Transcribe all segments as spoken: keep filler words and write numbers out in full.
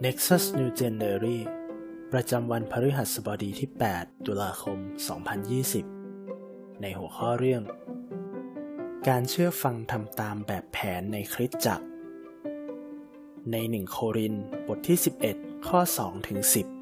Nexus New Gen Diary ประจำวันพฤหัสบดีที่ แปด ตุลาคม สองพันยี่สิบ ในหัวข้อเรื่องการเชื่อฟังทำตามแบบแผนในคริสตจักรในหนึ่งโครินธ์บทที่ สิบเอ็ด ข้อ สองถึงสิบ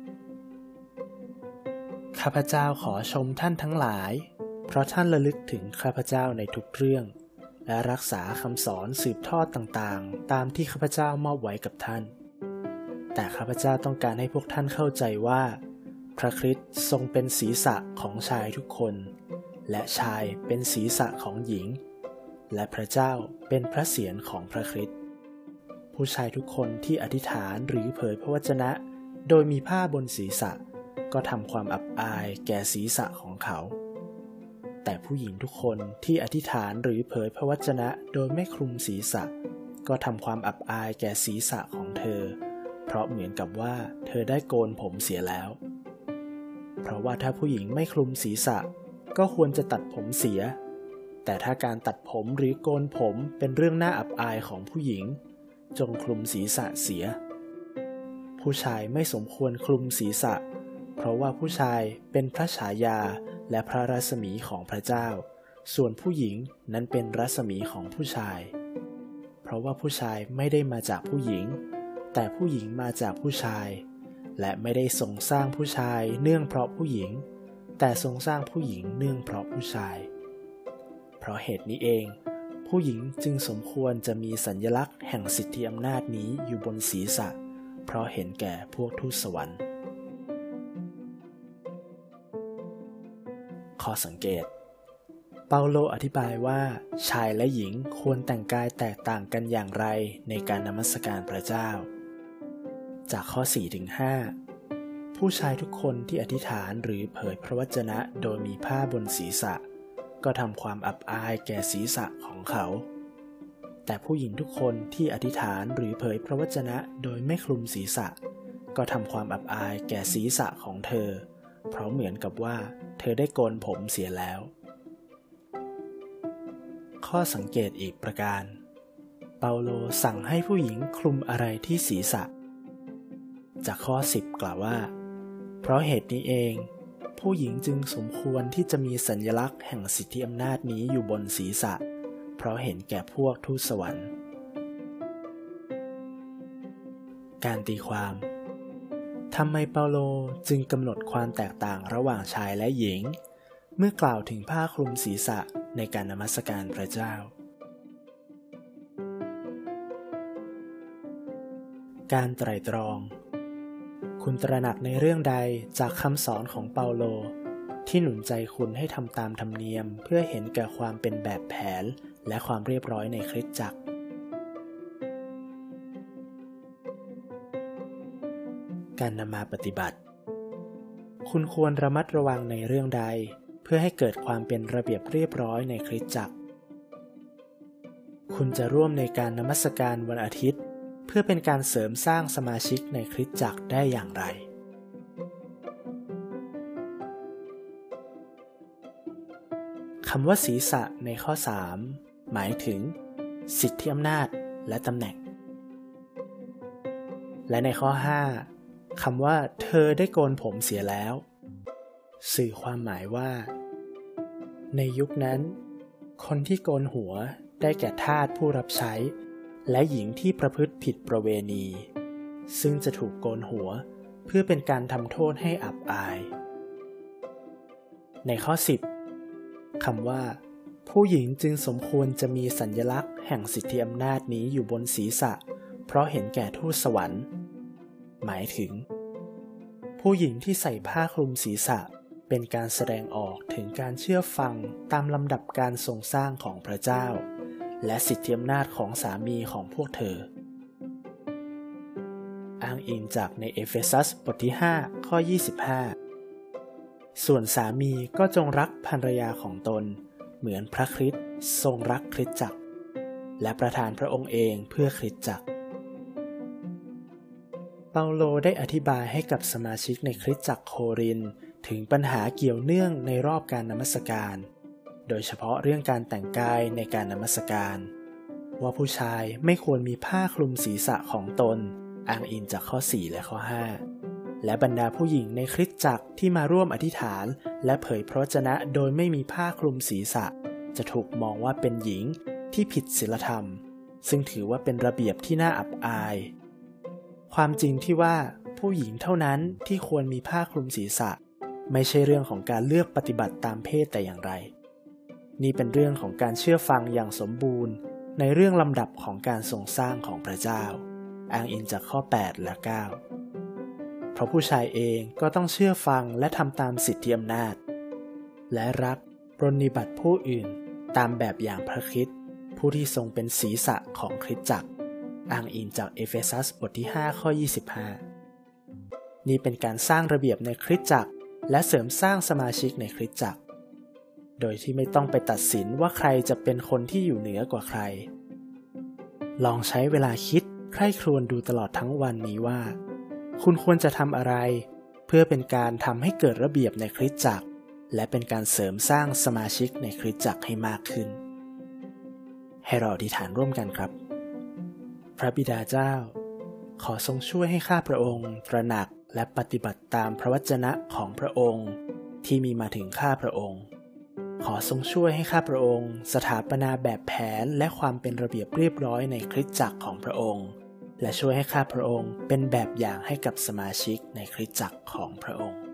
ข้าพเจ้าขอชมท่านทั้งหลายเพราะท่านระลึกถึงข้าพเจ้าในทุกเรื่องและรักษาคำสอนสืบทอดต่างๆตามที่ข้าพเจ้ามอบไว้กับท่านแต่ข้าพเจ้าต้องการให้พวกท่านเข้าใจว่าพระคริสต์ทรงเป็นศีรษะของชายทุกคนและชายเป็นศีรษะของหญิงและพระเจ้าเป็นพระเศียรของพระคริสต์ผู้ชายทุกคนที่อธิษฐานหรือเผยพระวจนะโดยมีผ้าบนศีรษะก็ทำความอับอายแก่ศีรษะของเขาแต่ผู้หญิงทุกคนที่อธิษฐานหรือเผยพระวจนะโดยไม่คลุมศีรษะก็ทำความอับอายแก่ศีรษะของเธอเพราะเหมือนกับว่าเธอได้โกนผมเสียแล้วเพราะว่าถ้าผู้หญิงไม่คลุมศีรษะก็ควรจะตัดผมเสียแต่ถ้าการตัดผมหรือโกนผมเป็นเรื่องน่าอับอายของผู้หญิงจงคลุมศีรษะเสียผู้ชายไม่สมควรคลุมศีรษะเพราะว่าผู้ชายเป็นพระฉายาและพระรัศมีของพระเจ้าส่วนผู้หญิงนั้นเป็นรัศมีของผู้ชายเพราะว่าผู้ชายไม่ได้มาจากผู้หญิงแต่ผู้หญิงมาจากผู้ชายและไม่ได้ทรงสร้างผู้ชายเนื่องเพราะผู้หญิงแต่ทรงสร้างผู้หญิงเนื่องเพราะผู้ชายเพราะเหตุนี้เองผู้หญิงจึงสมควรจะมีสัญลักษณ์แห่งสิทธิอำนาจนี้อยู่บนศีรษะเพราะเห็นแก่พวกทูตสวรรค์ข้อสังเกตเปาโลอธิบายว่าชายและหญิงควรแต่งกายแตกต่างกันอย่างไรในการนมัสการพระเจ้าจากข้อ สี่ถึงห้า ผู้ชายทุกคนที่อธิษฐานหรือเผยพระวจนะโดยมีผ้าบนศีรษะก็ทำความอับอายแก่ศีรษะของเขาแต่ผู้หญิงทุกคนที่อธิษฐานหรือเผยพระวจนะโดยไม่คลุมศีรษะก็ทำความอับอายแก่ศีรษะของเธอเพราะเหมือนกับว่าเธอได้โกนผมเสียแล้วข้อสังเกตอีกประการเปาโลสั่งให้ผู้หญิงคลุมอะไรที่ศีรษะจากข้อ สิบ กล่าวว่าเพราะเหตุนี้เองผู้หญิงจึงสมควรที่จะมีสัญลักษณ์แห่งสิทธิอำนาจนี้อยู่บนศีรษะเพราะเห็นแก่พวกทูตสวรรค์การตีความทำไมเปาโลจึงกำหนดความแตกต่างระหว่างชายและหญิงเมื่อกล่าวถึงผ้าคลุมศีรษะในการนมัสการพระเจ้าการไตร่ตรองคุณตระหนักในเรื่องใดจากคำสอนของเปาโลที่หนุนใจคุณให้ทำตามธรรมเนียมเพื่อเห็นแก่ความเป็นแบบแผนและความเรียบร้อยในคริสตจักรการนำมาปฏิบัติคุณควรระมัดระวังในเรื่องใดเพื่อให้เกิดความเป็นระเบียบเรียบร้อยในคริสตจักรคุณจะร่วมในการนมัสการวันอาทิตย์เพื่อเป็นการเสริมสร้างสมาชิกในคริสตจักรได้อย่างไรคำว่าศีรษะในข้อ สาม หมายถึงสิทธิอำนาจและตำแหน่งและในข้อ ห้า คำว่าเธอได้โกนผมเสียแล้วสื่อความหมายว่าในยุคนั้นคนที่โกนหัวได้แก่ทาสผู้รับใช้และหญิงที่ประพฤติผิดประเวณีซึ่งจะถูกโกนหัวเพื่อเป็นการทำโทษให้อับอายในข้อ สิบ คำว่าผู้หญิงจึงสมควรจะมีสัญลักษณ์แห่งสิทธิอำนาจนี้อยู่บนศีรษะเพราะเห็นแก่ทูตสวรรค์หมายถึงผู้หญิงที่ใส่ผ้าคลุมศีรษะเป็นการแสดงออกถึงการเชื่อฟังตามลำดับการทรงสร้างของพระเจ้าและสิทธิอำนาจของสามีของพวกเธออ้างอิงจากในเอเฟซัสบทที่ ห้า ข้อ ยี่สิบห้า ส่วนสามีก็จงรักภรรยาของตนเหมือนพระคริสต์ทรงรักคริสตจักรและประทานพระองค์เองเพื่อคริสตจักรเปาโลได้อธิบายให้กับสมาชิกในคริสตจักรโครินธ์ถึงปัญหาเกี่ยวเนื่องในรอบการนมัสการโดยเฉพาะเรื่องการแต่งกายในการนมัสการว่าผู้ชายไม่ควรมีผ้าคลุมศีรษะของตนอ้างอิงจากข้อสี่และข้อห้าและบรรดาผู้หญิงในคริสตจักรที่มาร่วมอธิษฐานและเผยพระวจนะโดยไม่มีผ้าคลุมศีรษะจะถูกมองว่าเป็นหญิงที่ผิดศีลธรรมซึ่งถือว่าเป็นระเบียบที่น่าอับอายความจริงที่ว่าผู้หญิงเท่านั้นที่ควรมีผ้าคลุมศีรษะไม่ใช่เรื่องของการเลือกปฏิบัติตามเพศแต่อย่างไรนี่เป็นเรื่องของการเชื่อฟังอย่างสมบูรณ์ในเรื่องลำดับของการทรงสร้างของพระเจ้าอ้างอิงจากข้อแปดและเก้าเพราะผู้ชายเองก็ต้องเชื่อฟังและทำตามสิทธิอำนาจและรักปรนนิบัติผู้อื่นตามแบบอย่างพระคริสต์ผู้ที่ทรงเป็นศีรษะของคริสตจักรอ้างอิงจากเอเฟซัสบทที่ห้าข้อยี่สิบห้านี่เป็นการสร้างระเบียบในคริสตจักรและเสริมสร้างสมาชิกในคริสตจักรโดยที่ไม่ต้องไปตัดสินว่าใครจะเป็นคนที่อยู่เหนือกว่าใครลองใช้เวลาคิดใคร่ครวญดูตลอดทั้งวันนี้ว่าคุณควรจะทำอะไรเพื่อเป็นการทำให้เกิดระเบียบในคริสตจักรและเป็นการเสริมสร้างสมาชิกในคริสตจักรให้มากขึ้นให้เราอธิษฐานร่วมกันครับพระบิดาเจ้าขอทรงช่วยให้ข้าพระองค์ตระหนักและปฏิบัติตามพระวจนะของพระองค์ที่มีมาถึงข้าพระองค์ขอทรงช่วยให้ข้าพระองค์สถาปนาแบบแผนและความเป็นระเบียบเรียบร้อยในคริสตจักรของพระองค์และช่วยให้ข้าพระองค์เป็นแบบอย่างให้กับสมาชิกในคริสตจักรของพระองค์